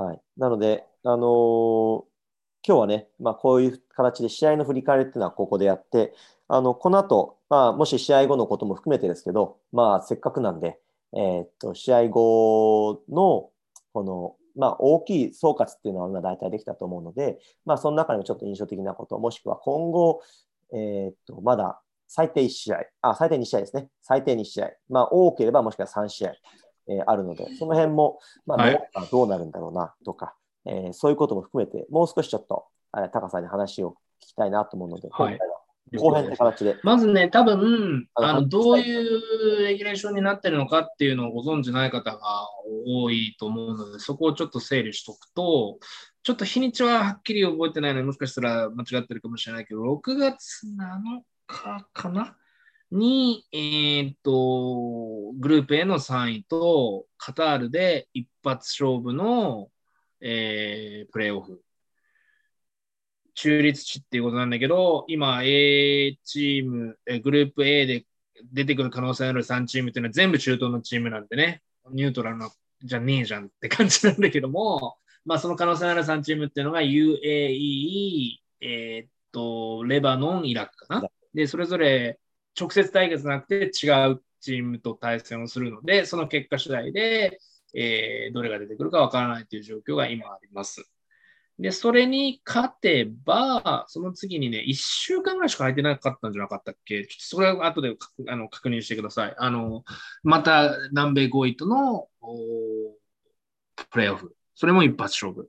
はい。なので、今日はね、こういう形で試合の振り返りっていうのはここでやって、この後、もし試合後のことも含めてですけど、せっかくなんで、試合後の、大きい総括っていうのは今大体できたと思うので、その中でもちょっと印象的なこと、もしくは今後、まだ最低1試合、最低2試合ですね。最低2試合。多ければもしくは3試合、あるので、その辺も、 はい。 どうなるんだろうなとか、そういうことも含めて、もう少しちょっと、タカさんに話を聞きたいなと思うので、今はい。 回は後編了解です。 という形で、 まずね、多分、 話したい。 どういうレギュレーションになってるのかっていうのをご存知ない方が多いと思うので、そこをちょっと整理しとくと、ちょっと日にちははっきり覚えてないので、もしかしたら間違ってるかもしれないけど、6月7日かなに、グループ A の3位と、カタールで一発勝負の、プレーオフ。中立地っていうことなんだけど、今 A チーム、グループ A で出てくる可能性のある3チームっていうのは全部中東のチームなんでね、ニュートラルなじゃねえじゃんって感じなんだけども、その可能性のある3チームっていうのが UAE、レバノン、イラクかな。で、それぞれ直接対決じゃなくて違うチームと対戦をするので、その結果次第で、どれが出てくるかわからないという状況が今あります。で、それに勝てば、その次にね、1週間ぐらいしか空いてなかったんじゃなかったっけ。ちょっとそれは後で確認してください。また南米5位とのプレーオフ。それも一発勝負。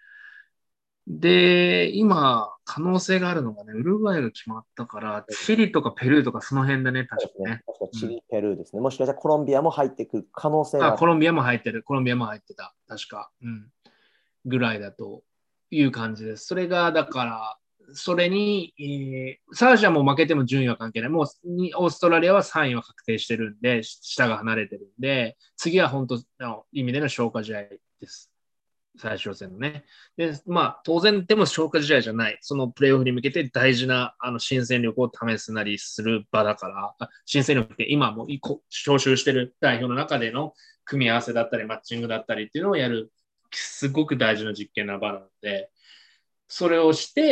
で、今、可能性があるのがね、ウルグアイが決まったから、チリとかペルーとかその辺だね、 そうですね。 確かね。 確かうん。 チリ、ペルーですね。もしかしたらコロンビアも入ってくる可能性がある。 コロンビアも入ってる。コロンビアも入ってた。確か。うん。ぐらいだという感じです。それが、だから、それに、サウジはもう負けても順位は関係ない。もう、オーストラリアは3位は確定してるんで、下が離れてるんで、次は本当の意味での消化試合です。最終予選のね。で、当然でも消化試合じゃない。そのプレーオフに向けて大事な、新戦力を試すなりする場だから、新戦力って今も招集してる代表の中での組み合わせだったり、マッチングだったりっていうのをやる、すごく大事な実験な場なので、それをして、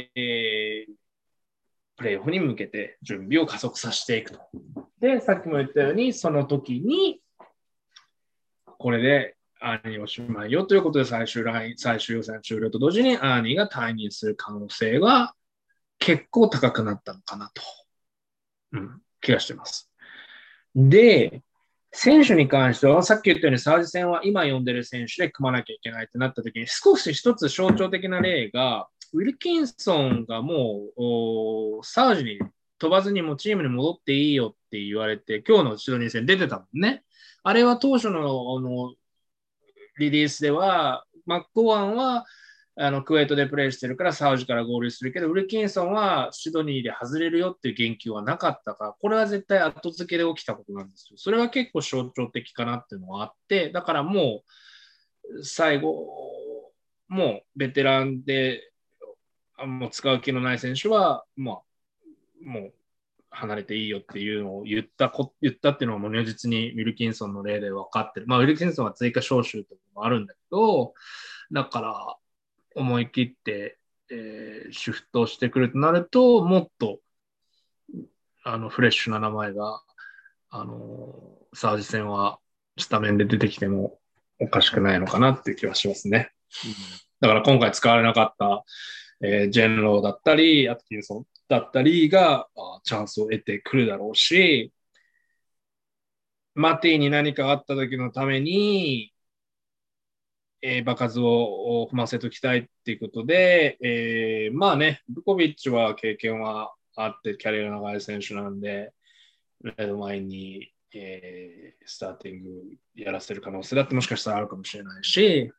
プレーオフに向けて準備を加速させていくと。で、さっきも言ったように、その時に、これでアーニーおしまいよということで最終予選終了と同時にアーニーが退任する可能性が結構高くなったのかなと、気がしてます。で、選手に関しては、さっき言ったようにサウジ戦は今呼んでる選手で組まなきゃいけないってなった時に、少し一つ象徴的な例が、ウィルキンソンがもうサウジに飛ばずにもチームに戻っていいよって言われて、今日のシドニー戦出てたもんね。あれは当初のリリースでは、マック・オワンはクウェートでプレーしてるからサウジから合流するけど、ウルキンソンはシドニーで外れるよっていう言及はなかったから、これは絶対後付けで起きたことなんですよ。それは結構象徴的かなっていうのはあって、だからもう最後、もうベテランでもう使う気のない選手は、もう離れていいよっていうのを言ったっていうのはもう如実にウィルキンソンの例で分かってる。ウィルキンソンは追加招集というのもあるんだけど、だから思い切って、シフトしてくるとなると、もっとフレッシュな名前が、サウジ戦はスタメンで出てきてもおかしくないのかなっていう気はしますね。 うん。 だから今回使われなかった、ジェンローだったり、アトキンソンだったりがチャンスを得てくるだろうし、マティに何かあった時のために、場数を踏ませときたいっていうことで、ブコビッチは経験はあって、キャリアの長い選手なんで、レッドマインに、スターティングやらせる可能性だってもしかしたらあるかもしれないし、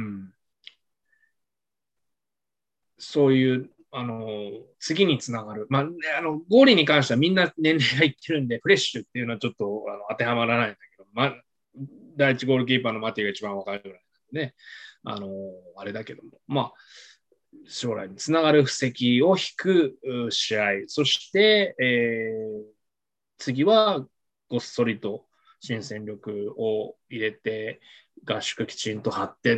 そういう次につながる。ゴーリーに関してはみんな年齢がいってるんで、フレッシュっていうのはちょっと当てはまらないんだけど、第一ゴールキーパーのマティが一番若いぐらいなんで、あれだけども、将来につながる布石を引く試合、そして、次はごっそりと新戦力を入れて、合宿きちんと張って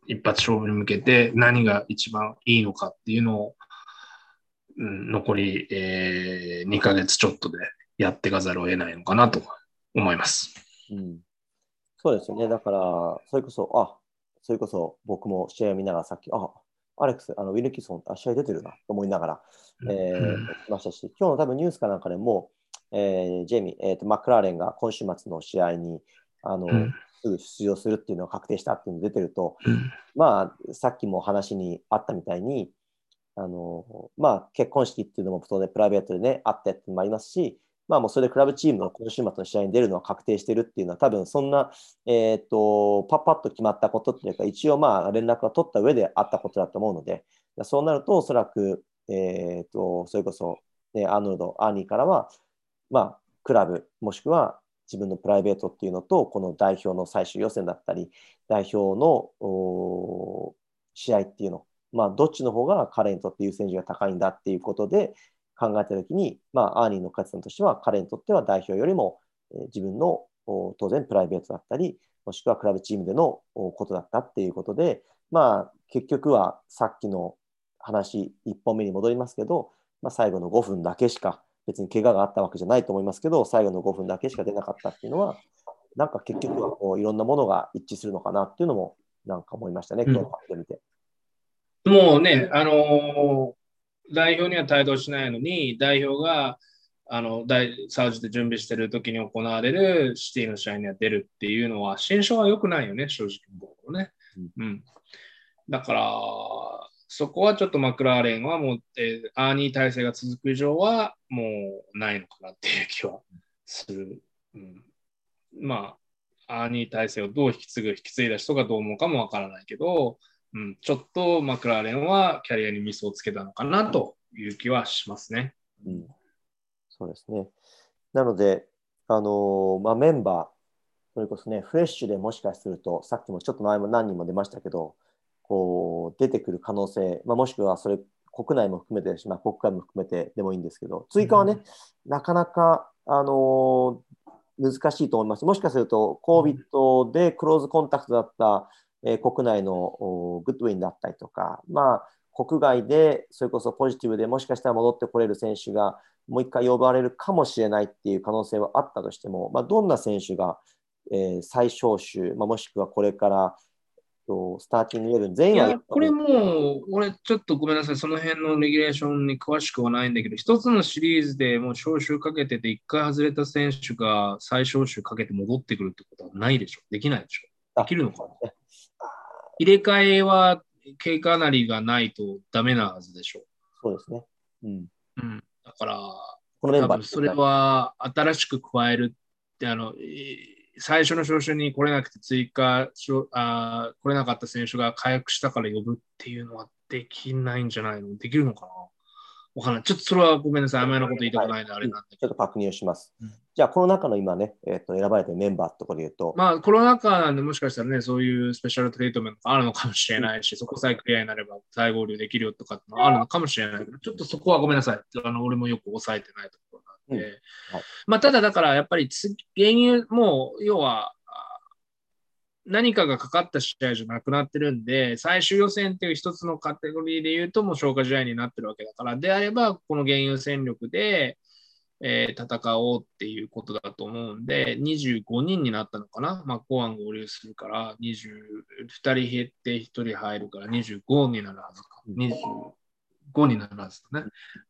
一発勝負に向けて何が一番いいのかっていうのを、残り、2ヶ月ちょっとでやっていかざるを得ないのかなと思います。 そうですよね。だから、それこそ僕も試合を見ながらさっき、アレックス、ウィルキソン、試合出てるなと思いながら、ましたし、今日の多分ニュースかなんかでも、ジェイミー、マクラーレンが今週末の試合にすぐ出場するっていうのが確定したっていうのが出てると、さっきも話にあったみたいに、結婚式っていうのも当然プライベートでね、あってっていうのもありますし、もうそれでクラブチームの今週末の試合に出るのは確定してるっていうのは、多分そんな、パッと決まったことっていうか、一応連絡は取った上であったことだと思うので、そうなると、おそらく、それこそ、ね、アーノルド、アーニーからは、クラブ、もしくは自分のプライベートっていうのと、この代表の最終予選だったり、代表の試合っていうの、どっちの方が彼にとって優先順位が高いんだっていうことで考えたときに、アーニーの活動としては、彼にとっては代表よりも、自分の当然プライベートだったり、もしくはクラブチームでのことだったっていうことで、結局はさっきの話、1本目に戻りますけど、最後の5分だけしか、別に怪我があったわけじゃないと思いますけど、最後の5分だけしか出なかったっていうのは、なんか結局はいろんなものが一致するのかなっていうのも、なんか思いましたね、今日の発表見て。 もうね、代表には帯同しないのに、代表がサウジで準備している時に行われるシティの試合には出るっていうのは、心象は良くないよね、正直ね。だから、そこはちょっとマクラーレンはもう、アーニー体制が続く以上はもうないのかなっていう気はする。アーニー体制をどう引き継いだ人がどう思うかもわからないけど、ちょっとマクラーレンはキャリアにミスをつけたのかなという気はしますね。 そうですね。なので、メンバー、それこそね、フレッシュでもしかすると、さっきもちょっと前も何人も出ましたけど、出てくる可能性、もしくはそれ、国内も含めて国外も含めてでもいいんですけど、追加はね、なかなか、難しいと思います。もしかすると、COVID でクローズコンタクトだった、国内のグッドウィンだったりとか、国外でそれこそポジティブでもしかしたら戻ってこれる選手がもう一回呼ばれるかもしれないっていう可能性はあったとしても、どんな選手が、再招集、もしくはこれからスターティングイレブン全員は。 これもう、俺ちょっとごめんなさい、その辺のレギュレーションに詳しくはないんだけど、一つのシリーズでもう招集かけてて、一回外れた選手が再招集かけて戻ってくるってことはないでしょ。できないでしょ。できるのかな。入れ替えは経過なりがないとダメなはずでしょ。 そうですね。 だから、 このメンバー多分それは新しく加えるって、最初の招集に来れなくて来れなかった選手が回復したから呼ぶっていうのはできないんじゃないの？できるのかな？わかんない。ちょっとそれはごめんなさい。甘いなこと言いたくないのであれなんで。 ちょっと確認をします。じゃあ、この中の今ね、選ばれてるメンバーってところで言うと。 コロナ禍なんでもしかしたらね、そういうスペシャルトリートメントがあるのかもしれないし、そこさえクリアになれば再合流できるよとかってのがあるのかもしれないけど、ちょっとそこはごめんなさい。俺もよく抑えてないところなんで。ただだからやっぱり原油も要は何かがかかった試合じゃなくなってるんで、最終予選っていう一つのカテゴリーで言うともう消化試合になってるわけだから、であればこの原油戦力で、戦おうっていうことだと思うんで、25人になったのかな、コアン合流するから、2人減って1人入るから25になるはずか。25になるはずだね。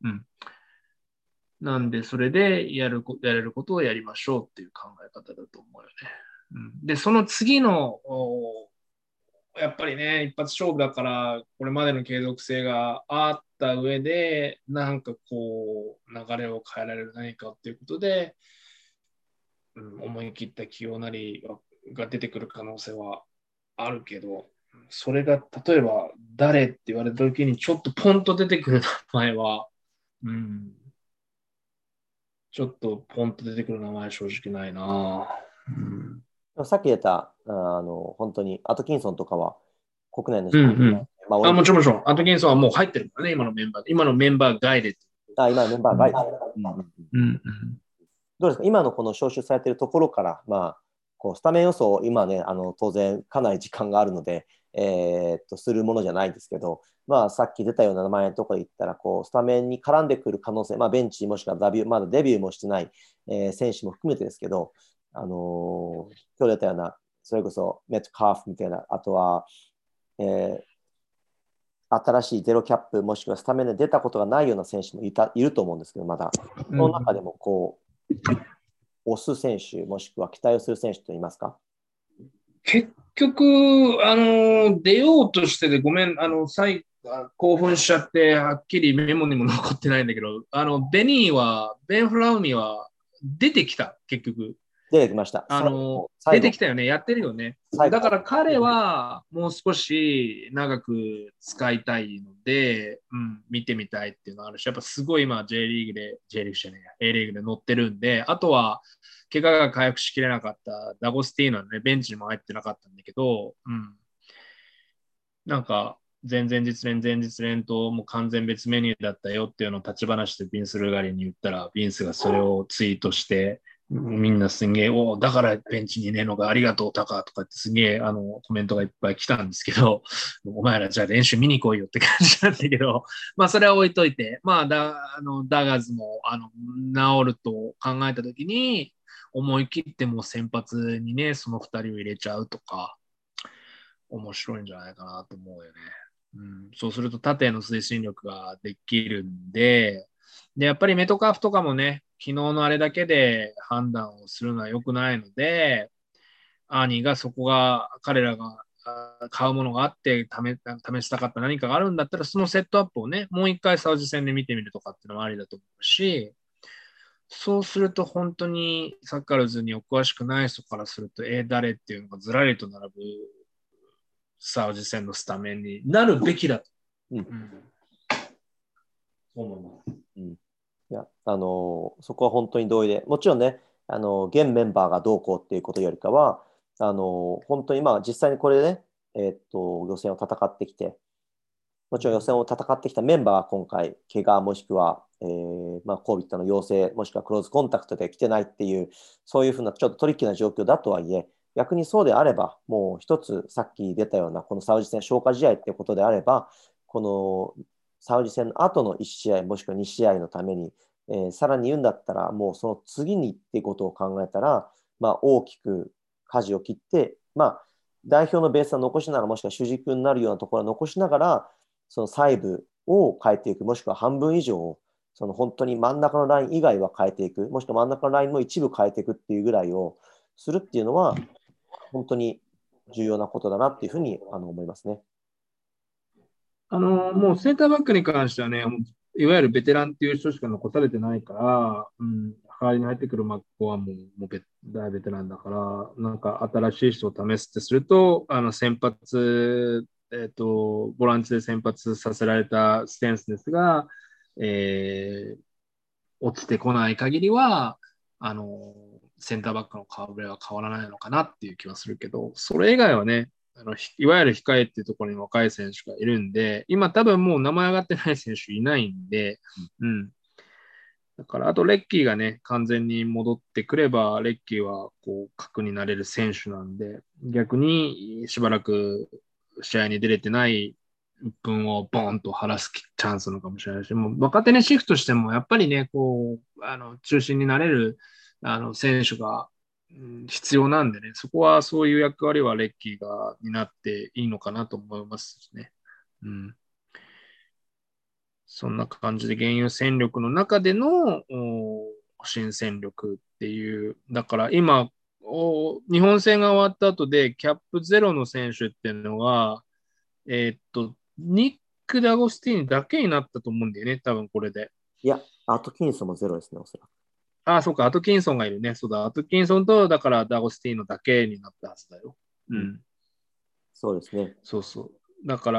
なんで、それでやれることをやりましょうっていう考え方だと思うよね。で、その次の、やっぱりね、一発勝負だから、これまでの継続性があった上で、なんか流れを変えられる何かっていうことで、思い切った起用なりが出てくる可能性はあるけど、それが例えば誰って言われた時にちょっとポンと出てくる名前は、ちょっとポンと出てくる名前正直ないな。 さっき出た本当にアトキンソンとかは国内の人、もちろんアトキンソンはもう入ってるからね、今のメンバーで。今のメンバー外で。 今のメンバー外で。どうですか、今のこの招集されているところから、スタメン予想、今ね、当然かなり時間があるので、 するものじゃないですけど、まあ、さっき出たような名前のところで言ったら、こう、スタメンに絡んでくる可能性、まあ、ベンチもしくはまだデビューもしてない、選手も含めてですけど、今日出たような、それこそメットカーフみたいな、あとは、えー新しいゼロキャップ、もしくはスタメンで出たことがないような選手もいると思うんですけど、まだ、その中でもこう、押す選手、もしくは期待をする選手といいますか。 結局、出ようとしてでごめん、興奮しちゃって、はっきりメモにも残ってないんだけど、ベン・フラウミは出てきた、結局。 出てきました。 出てきたよね、やってるよね。だから彼ははもう少し長く使いたいので、見てみたいっていうのがあるし、やっぱすごい今 J リーグで、J リーグじゃねえや、A リーグで乗ってるんで、あとは、怪我が回復しきれなかったダゴスティーノはね、ベンチにも入ってなかったんだけど、なんか、前々日連、前日連ともう完全別メニューだったよっていうのを立ち話してビンス・ルーガリーに言ったら、ビンスがそれをツイートして、みんなすんげえ、だからベンチにいねえのがありがとう、タカとかってすげえコメントがいっぱい来たんですけど、お前らじゃあ練習見に来いよって感じなんだけど、まあそれは置いといて、まあダガーズも治ると考えたときに、思い切ってもう先発にね、その2人を入れちゃうとか、面白いんじゃないかなと思うよね。そうすると縦への推進力ができるんで、やっぱりメトカーフとかもね、昨日のあれだけで判断をするのは良くないので、アーニーがそこが彼らが買うものがあって試したかった何かがあるんだったら、そのセットアップをね、もう一回サウジ戦で見てみるとかっていうのもありだと思うし、そうすると本当にサッカーズにお詳しくない人からすると、誰っていうのがずらりと並ぶサウジ戦のスタメンになるべきだと。 そう思います。いや、そこは本当に同意で、もちろんね、現メンバーがどうこうっていうことよりかは、本当にまあ実際にこれでね、予選を戦ってきて、もちろん予選を戦ってきたメンバーは今回、怪我もしくは、まあ、COVID の陽性、もしくはクローズコンタクトで来てないっていう、そういうふうなちょっとトリッキーな状況だとはいえ、逆にそうであれば、もう一つさっき出たような、このサウジ戦消化試合っていうことであれば、このサウジ戦の後の1試合、もしくは2試合のために、さらに言うんだったら、もうその次にっていうことを考えたら、まあ、大きく舵を切って、まあ、代表のベースは残しながら、もしくは主軸になるようなところは残しながら、その細部を変えていく、もしくは半分以上、その本当に真ん中のライン以外は変えていく、もしくは真ん中のラインも一部変えていくっていうぐらいをするっていうのは、本当に重要なことだなっていうふうに思いますね。 もうセンターバックに関してはね、いわゆるベテランっていう人しか残されてないから、代わりに入ってくるマッコはもう大ベテランだから、なんか新しい人を試すってすると、先発、ボランチで先発させられたステンスですが、落ちてこない限りは、センターバックの顔ぶれは変わらないのかなっていう気はするけど、それ以外はね、いわゆる控えっていうところに若い選手がいるんで、今多分もう名前上がってない選手いないんで、だから、あとレッキーがね、完全に戻ってくれば、レッキーはこう核になれる選手なんで、逆にしばらく試合に出れてない分をボーンと晴らすチャンスなのかもしれないし、もう若手にシフトしても、やっぱりね、こう、中心になれる選手が必要なんでね、そこはそういう役割はレッキーが担っていいのかなと思いますね。そんな感じで現有戦力の中での新戦力っていう、だから今、日本戦が終わった後でキャップゼロの選手っていうのは、ニック・ダゴスティーニだけになったと思うんだよね、多分これで。 いや、アトキンソンもゼロですね、おそらく。 そうか、アトキンソンがいるね。そうだ、アトキンソンと、だからダゴスティーノだけになったはずだよ。 そうですね。 そうそう。だから、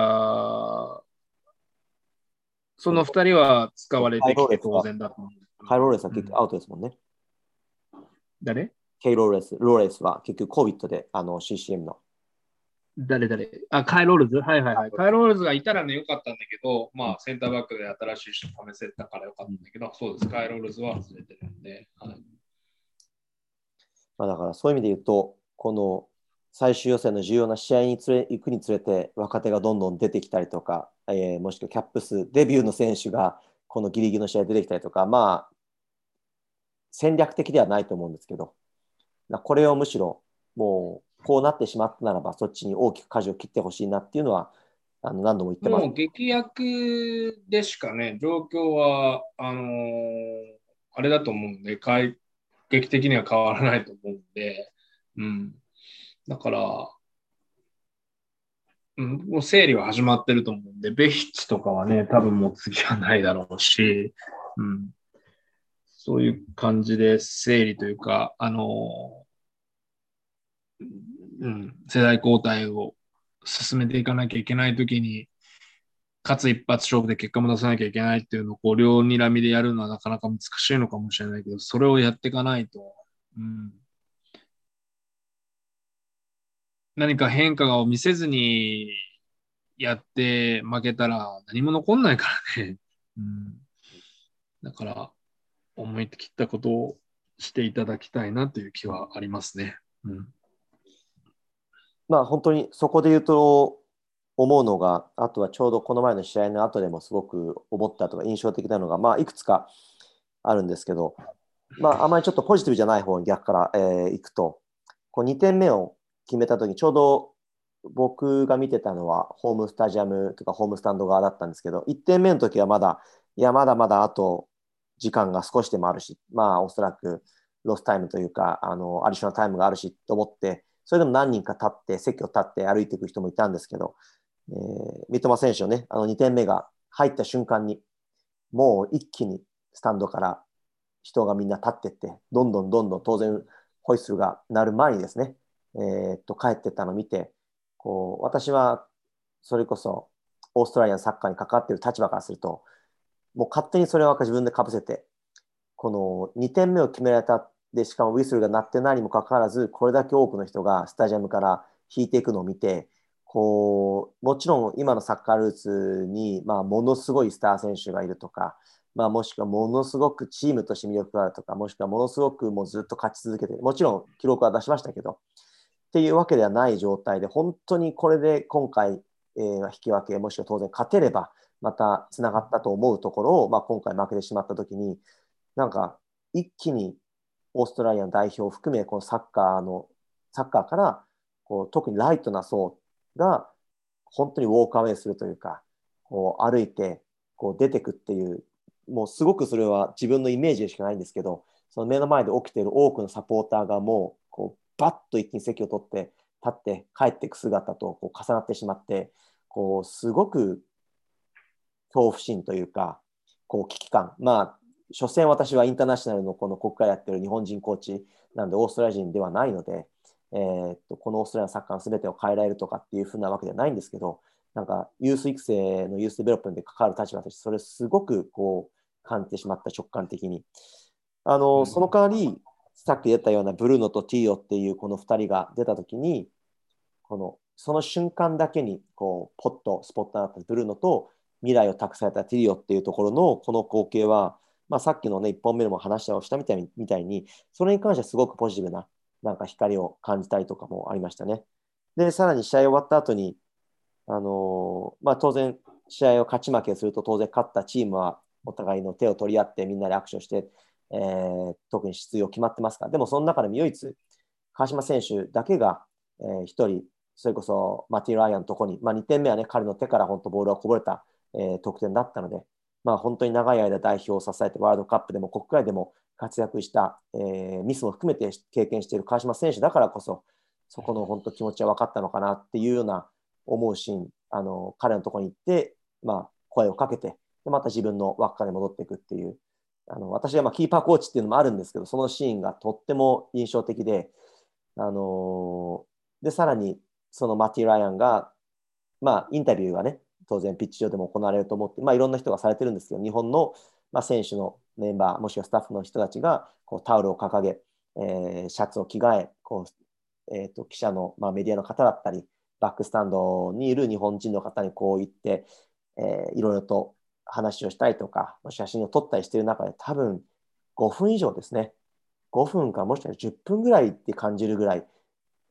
その2人は使われてきて当然だと思う。 カイローレスは結局アウトですもんね。 誰ローレスは結局 COVID でCCM の。 誰カイロールズはいはいはい。カイロールズがいたらね、よかったんだけど、まあ、センターバックで新しい人試せたからよかったんだけど、そうです。カイロールズは外れてるんで。 まあ、だからそういう意味で言うと、この最終予選の重要な試合に行くにつれて若手がどんどん出てきたりとか、もしくはキャップ数、デビューの選手がこのギリギリの試合出てきたりとか、まあ、戦略的ではないと思うんですけど、これをむしろもうこうなってしまったならば、そっちに大きく舵を切ってほしいなっていうのは、何度も言ってます。 もう劇薬でしかね、状況は、あれだと思うんで、劇的には変わらないと思うんで、うん。だから、うん、もう整理は始まってると思うんで、ベヒッチとかはね、多分もう次はないだろうし、うん、そういう感じで整理というか、うん、世代交代を進めていかなきゃいけないときに、かつ一発勝負で結果も出さなきゃいけないっていうのをこう両睨みでやるのはなかなか難しいのかもしれないけど、それをやっていかないと、うん、何か変化を見せずにやって負けたら何も残んないからね。うん、だから思い切ったことをしていただきたいなという気はありますね。うん、 まあ本当にそこで言うと思うのが、あとはちょうどこの前の試合の後でもすごく思ったとか印象的なのが、まあいくつかあるんですけど、まああまりちょっとポジティブじゃない方に逆から、いくと、こう2点目を決めた時にちょうど僕が見てたのはホームスタジアムとかホームスタンド側だったんですけど、1点目の時はまだ、いやまだまだあと時間が少しでもあるし、まあおそらくロスタイムというか、アディショナルタイムがあるしと思って、それでも何人か立って、席を立って歩いていく人もいたんですけど、三笘選手のね、2点目が入った瞬間に、もう一気にスタンドから人がみんな立っていって、どんどんどんどん当然、ホイッスルが鳴る前にですね、帰っていったのを見て、こう私はそれこそオーストラリアのサッカーに関わっている立場からすると、もう勝手にそれを自分でかぶせて、この2点目を決められたで、しかもウィッスルが鳴ってないにもかかわらず、これだけ多くの人がスタジアムから引いていくのを見て、こうもちろん今のサッカールーツに、まあ、ものすごいスター選手がいるとか、まあ、もしくはものすごくチームとして魅力があるとか、もしくはものすごくもうずっと勝ち続けて、もちろん記録は出しましたけど、っていうわけではない状態で、本当にこれで今回、引き分け、もしくは当然勝てれば、またつながったと思うところを、まあ、今回負けてしまったときに、なんか一気にオーストラリアの代表を含め、このサッカーからこう特にライトな層が本当にウォークアウェイするというか、こう歩いてこう出てくっていう、もうすごくそれは自分のイメージでしかないんですけど、その目の前で起きている多くのサポーターがもうこうバッと一気に席を取って立って帰っていく姿とこう重なってしまって、こうすごく恐怖心というか、こう危機感、まあ、所詮私はインターナショナルのこの国会やってる日本人コーチなんで、オーストラリア人ではないので、このオーストラリアのサッカーの全てを変えられるとかっていうふうなわけではないんですけど、なんかユース育成のユースデベロップメントで関わる立場として、それすごくこう感じてしまった直感的に。その代わり、さっき出たようなブルーノとティーオっていうこの2人が出たときに、その瞬間だけにこうポッとスポットになったブルーノと未来を託されたティリオっていうところのこの光景は、まあ、さっきのね、1本目でも話をしたみたいに、それに関してはすごくポジティブななんか光を感じたりとかもありましたね。で、さらに試合終わった後に、まあ、当然、試合を勝ち負けすると、当然勝ったチームはお互いの手を取り合ってみんなで握手をして、特に出場決まってますから、でもその中でも唯一、川島選手だけが、1人、それこそマティ・ライアンのところに、まあ、2点目はね、彼の手から本当ボールがこぼれた、得点だったので、まあ、本当に長い間代表を支えて、ワールドカップでも国外でも活躍した、ミスも含めて経験している川島選手だからこそ、そこの本当気持ちは分かったのかなっていうような思うシーン、彼のところに行って、まあ、声をかけて、でまた自分の輪っかに戻っていくっていう、私はまあキーパーコーチっていうのもあるんですけど、そのシーンがとっても印象的で、で、さらに、そのマティ・ライアンが、まあ、インタビューがね、当然ピッチ上でも行われると思って、まあ、いろんな人がされてるんですけど、日本の、まあ、選手のメンバー、もしくはスタッフの人たちがこうタオルを掲げ、シャツを着替え、こう記者の、まあ、メディアの方だったり、バックスタンドにいる日本人の方にこう言って、いろいろと話をしたりとか、写真を撮ったりしている中で、多分5分以上ですね、5分かもしくは10分ぐらいって感じるぐらい、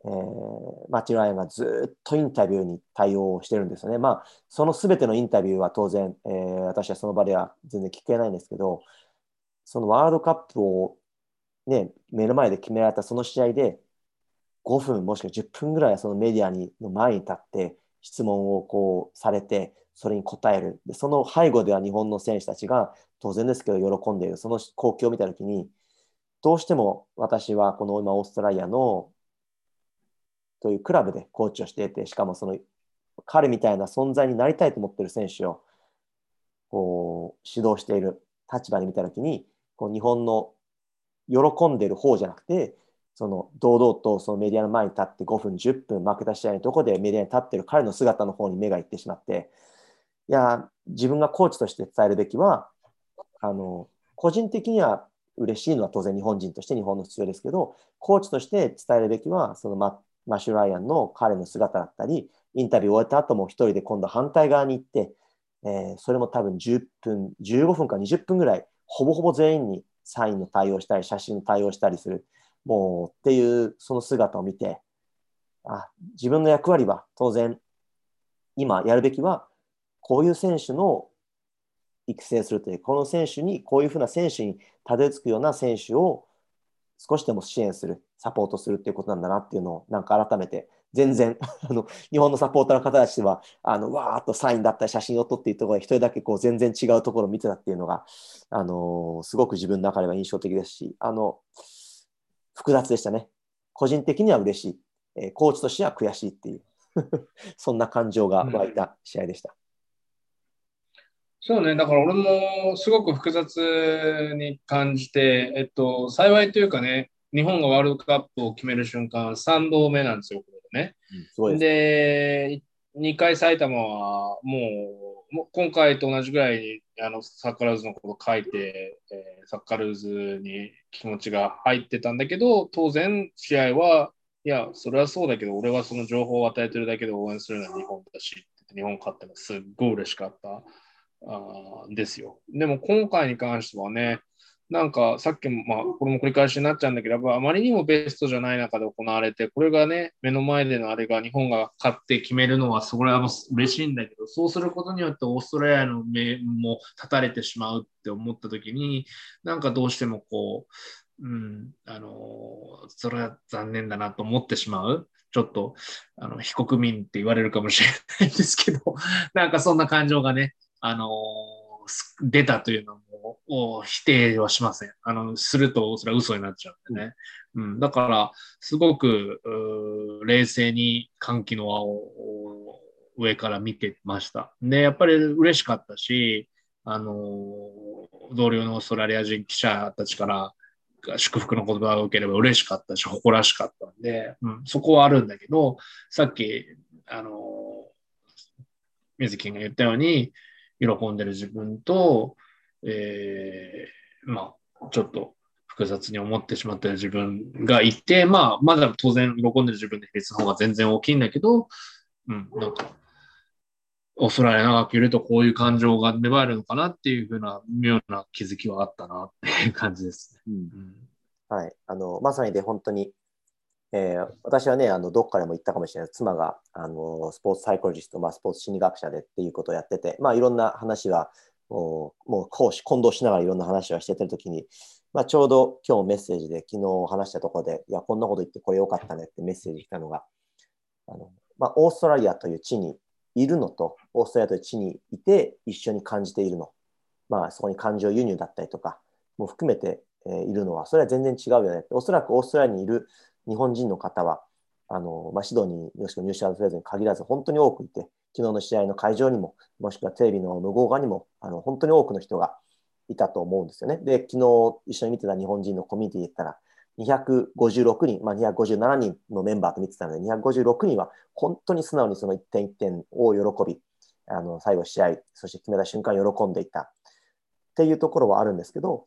マッチ・ライアンがずっとインタビューに対応してるんですよね。まあ、その全てのインタビューは当然、私はその場では全然聞けないんですけど、そのワールドカップを、ね、目の前で決められたその試合で、5分もしくは10分ぐらいそのメディアの前に立って質問をこうされて、それに答える。で、その背後では日本の選手たちが当然ですけど喜んでいる。その光景を見たときに、どうしても私はこの今オーストラリアのというクラブでコーチをしていて、しかもその彼みたいな存在になりたいと思っている選手をこう指導している立場に見たときに、こう日本の喜んでる方じゃなくて、その堂々とそのメディアの前に立って5分、10分負けた試合のところでメディアに立ってる彼の姿の方に目がいってしまって、いや、自分がコーチとして伝えるべきは、個人的には嬉しいのは当然日本人として日本の必要ですけど、コーチとして伝えるべきは、そのマシュライアンの彼の姿だったり、インタビューを終えた後も一人で今度反対側に行って、それも多分10分、15分か20分ぐらい、ほぼほぼ全員にサインの対応したり、写真の対応したりする、もうっていうその姿を見て、自分の役割は当然、今やるべきは、こういう選手の育成するという、この選手に、こういうふうな選手にたどり着くような選手を少しでも支援する、サポートするっていうことなんだなっていうのを、なんか改めて、全然日本のサポーターの方たちは、わーっとサインだったり写真を撮っているところで、一人だけこう全然違うところを見てたっていうのが、すごく自分の中では印象的ですし、複雑でしたね。個人的には嬉しい、コーチとしては悔しいっていうそんな感情が湧いた試合でした。 そうね、だから俺もすごく複雑に感じて、幸いというかね、日本がワールドカップを決める瞬間、3度目なんですよ、これね。 すごいです。 で、2回埼玉はもう今回と同じぐらいにサッカールーズのこと書いて、サッカールーズに気持ちが入ってたんだけど、当然試合は、いや、それはそうだけど、俺はその情報を与えてるだけで応援するのは日本だし、日本勝ってもすっごい嬉しかった。ですよ。でも今回に関してはね、なんかさっきも、これも繰り返しになっちゃうんだけど、あまりにもベストじゃない中で行われて、これがね、目の前でのあれが日本が勝って決めるのは、それはもう嬉しいんだけど、そうすることによってオーストラリアの目も立たれてしまうって思った時に、なんかどうしてもこう、それは残念だなと思ってしまう。ちょっと、非国民って言われるかもしれないんですけど、なんかそんな感情がね、あの出たというのも否定はしません。するとそれは嘘になっちゃうんでね。だから、すごく冷静に歓喜の輪を上から見てました。で、やっぱり嬉しかったし、同僚のオーストラリア人記者たちから祝福の言葉を受ければ嬉しかったし、誇らしかったんで、そこはあるんだけど、さっき、水木が言ったように、喜んでる自分と、ちょっと複雑に思ってしまってる自分がいて、まだ当然喜んでる自分の比率の方が全然大きいんだけど、なんか、オーストラリア長くいるとこういう感情が芽生えるのかなっていうふうな妙な気づきはあったなっていう感じですね。 はい。まさにで本当に、私はね、どっかでも言ったかもしれない。妻が、スポーツサイコロジスト、スポーツ心理学者でっていうことをやってて、いろんな話は、もう講師、混同しながらいろんな話をしててるときに、ちょうど今日メッセージで、昨日話したところで、いや、こんなこと言ってこれよかったねってメッセージ来たのが、オーストラリアという地にいるのと、オーストラリアという地にいて一緒に感じているの。そこに感情輸入だったりとかも含めて、いるのは、それは全然違うよね。おそらくオーストラリアにいる日本人の方は、シドニー、もしくはニューシャーズウェーズに限らず、本当に多くいて、昨日の試合の会場にも、もしくはテレビの向こう側にも、本当に多くの人がいたと思うんですよね。で、昨日一緒に見てた日本人のコミュニティで言ったら、256人、257人のメンバーと見てたので、256人は本当に素直にその一点一点を喜び、最後試合、そして決めた瞬間喜んでいたっていうところはあるんですけど、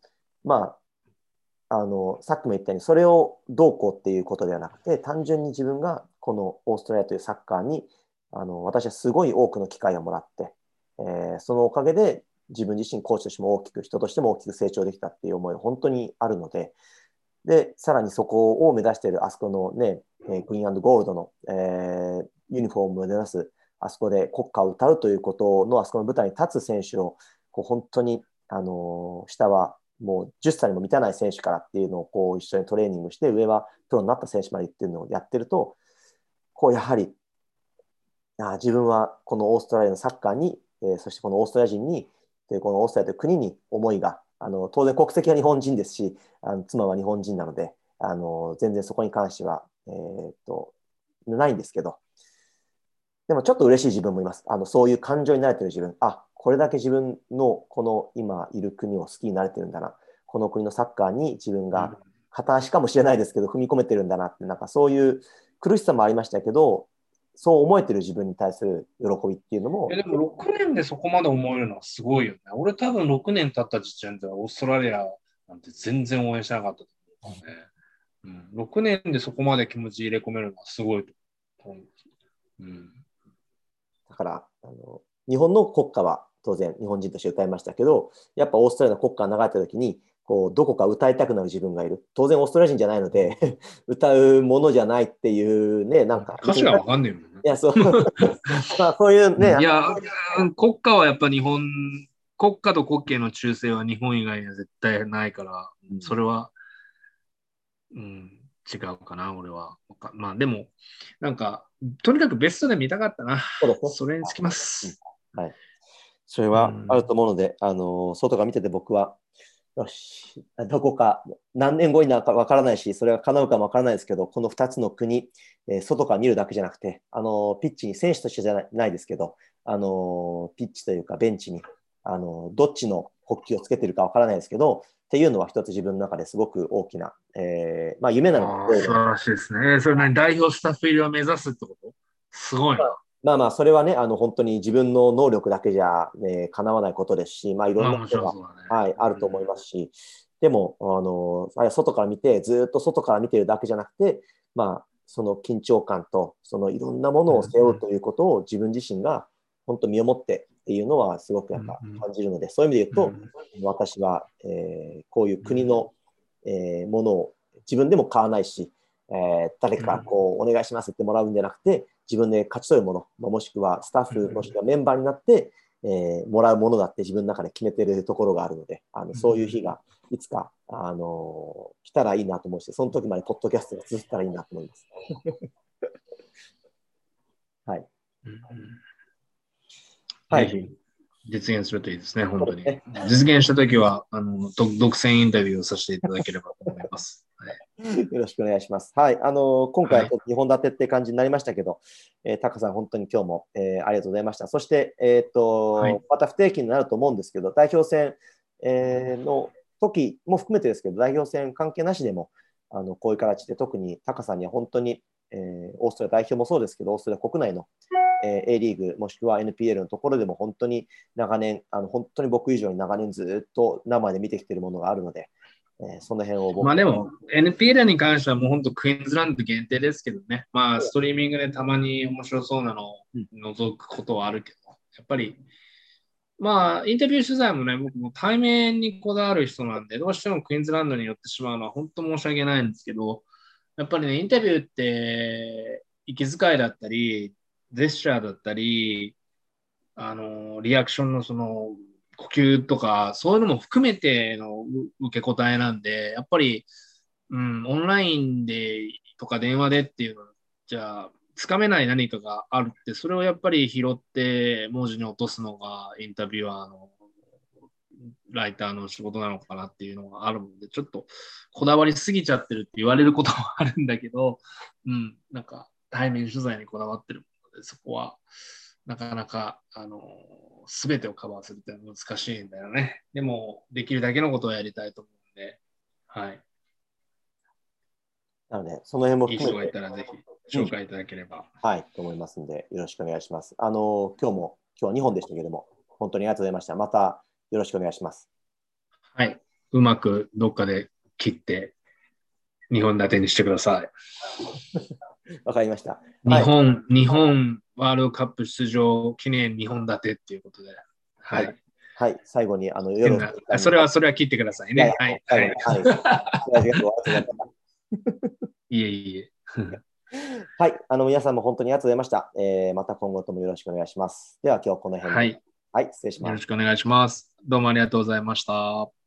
さっきも言ったように、それをどうこうっていうことではなくて、単純に自分がこのオーストラリアというサッカーに、私はすごい多くの機会をもらって、そのおかげで自分自身コーチとしても大きく、人としても大きく成長できたっていう思いが本当にあるので、 で、さらにそこを目指しているあそこのね、グリーン&ゴールドの、ユニフォームを目指す、あそこで国歌を歌うということのあそこの舞台に立つ選手をこう本当に、下はもう10歳にも満たない選手からっていうのをこう一緒にトレーニングして、上はプロになった選手までっていうのをやってると、こうやはり自分はこのオーストラリアのサッカーに、そしてこのオーストラリア人に、このオーストラリアという国に思いが、当然国籍は日本人ですし、妻は日本人なので、全然そこに関しては、ないんですけど、でもちょっと嬉しい自分もいます。そういう感情に慣れてる自分。これだけ自分のこの今いる国を好きになれてるんだな。この国のサッカーに自分が片足かもしれないですけど、踏み込めてるんだなって、なんかそういう苦しさもありましたけど、そう思えてる自分に対する喜びっていうのも。 でも6年でそこまで思えるのはすごいよね。俺多分6年経った時点ではオーストラリアなんて全然応援しなかったと思うからね。6年でそこまで気持ち入れ込めるのはすごいと思う。 だから日本の国歌は当然日本人として歌いましたけど、やっぱオーストラリアの国歌が流れた時にこうどこか歌いたくなる自分がいる。当然オーストラリア人じゃないので歌うものじゃないっていうね、なんか歌詞がわかんねえもんね。 いや、そうまあそういうね、 いや、国歌はやっぱ国家と国旗の忠誠は日本以外には絶対ないから、それは、違うかな、俺は。まあでも、なんか、とにかくベストで見たかったな。それにつきます。 はい。それはあると思うので、外から見てて僕は、よし、どこか何年後になるかわからないし、それが叶うかもわからないですけど、この2つの国、外から見るだけじゃなくて、ピッチに選手としてじゃないですけど、ピッチというかベンチに、どっちの国旗をつけてるかわからないですけど、っていうのは一つ自分の中ですごく大きな、夢なので。素晴らしいですね。それ何代表スタッフ入りを目指すってこと？すごいな。 まあ、それはね、本当に自分の能力だけじゃ、叶わないことですし、いろんなことが、あると思いますし、でも、外から見て、ずっと外から見てるだけじゃなくて、その緊張感と、そのいろんなものを背負うということを自分自身が本当身をもってっていうのはすごくやっぱ感じるので、そういう意味で言うと、私は、こういう国の、ものを自分でも買わないし、誰かこうお願いしますってもらうんじゃなくて、自分で勝ち取るもの、もしくはスタッフ、もしくはメンバーになって、もらうものだって自分の中で決めているところがあるので、そういう日がいつか、来たらいいなと思うし、その時までポッドキャストが続いたらいいなと思います。はい。 はい。実現するといいですね、本当に。実現したときは独占インタビューをさせていただければと思います。 よろしくお願いします。はい。今回は2本立てって感じになりましたけど、タカさん、本当に今日も、ありがとうございました。そして、また不定期になると思うんですけど、代表戦、の時も含めてですけど、代表戦関係なしでも、こういう形で特にタカさんには本当に、オーストラリア代表もそうですけど、オーストラリア国内のA リーグもしくは NPL のところでも本当に長年、本当に僕以上に長年ずっと生で見てきているものがあるので、その辺を僕まあでも NPL に関してはもう本当クイーンズランド限定ですけどね、まあストリーミングでたまに面白そうなのを覗くことはあるけど、やっぱりまあインタビュー取材もね、僕も対面にこだわる人なんで、どうしてもクイーンズランドに寄ってしまうのは本当申し訳ないんですけど、やっぱりね、インタビューって息遣いだったり、ジェスチャーだったり、リアクションのその呼吸とか、そういうのも含めての受け答えなんで、やっぱり、オンラインでとか電話でっていうのじゃつかめない何かがあるって、それをやっぱり拾って文字に落とすのがインタビュアーのライターの仕事なのかなっていうのがあるので、ちょっとこだわりすぎちゃってるって言われることもあるんだけど、なんか対面取材にこだわってるので、そこはなかなか、すべてをカバーするってのは難しいんだよね。でも、できるだけのことをやりたいと思うんで、はい。 なので、その辺もいい人がいたらぜひ紹介いただければ。 はい、と思いますので、よろしくお願いします。今日は2本でしたけども、本当にありがとうございました。またよろしくお願いします。 はい。うまくどっかで切って、2本立てにしてください。 わかりました。 日本ワールドカップ出場記念2本立てっていうことで。はい。 はい、最後に、よろしく。 それは切ってくださいね。はい。 最後に、はい。 いえいえ。 はい、皆さんも本当にありがとうございました。また今後ともよろしくお願いします。では今日はこの辺で。 はい。 はい、失礼します。 よろしくお願いします。どうもありがとうございました。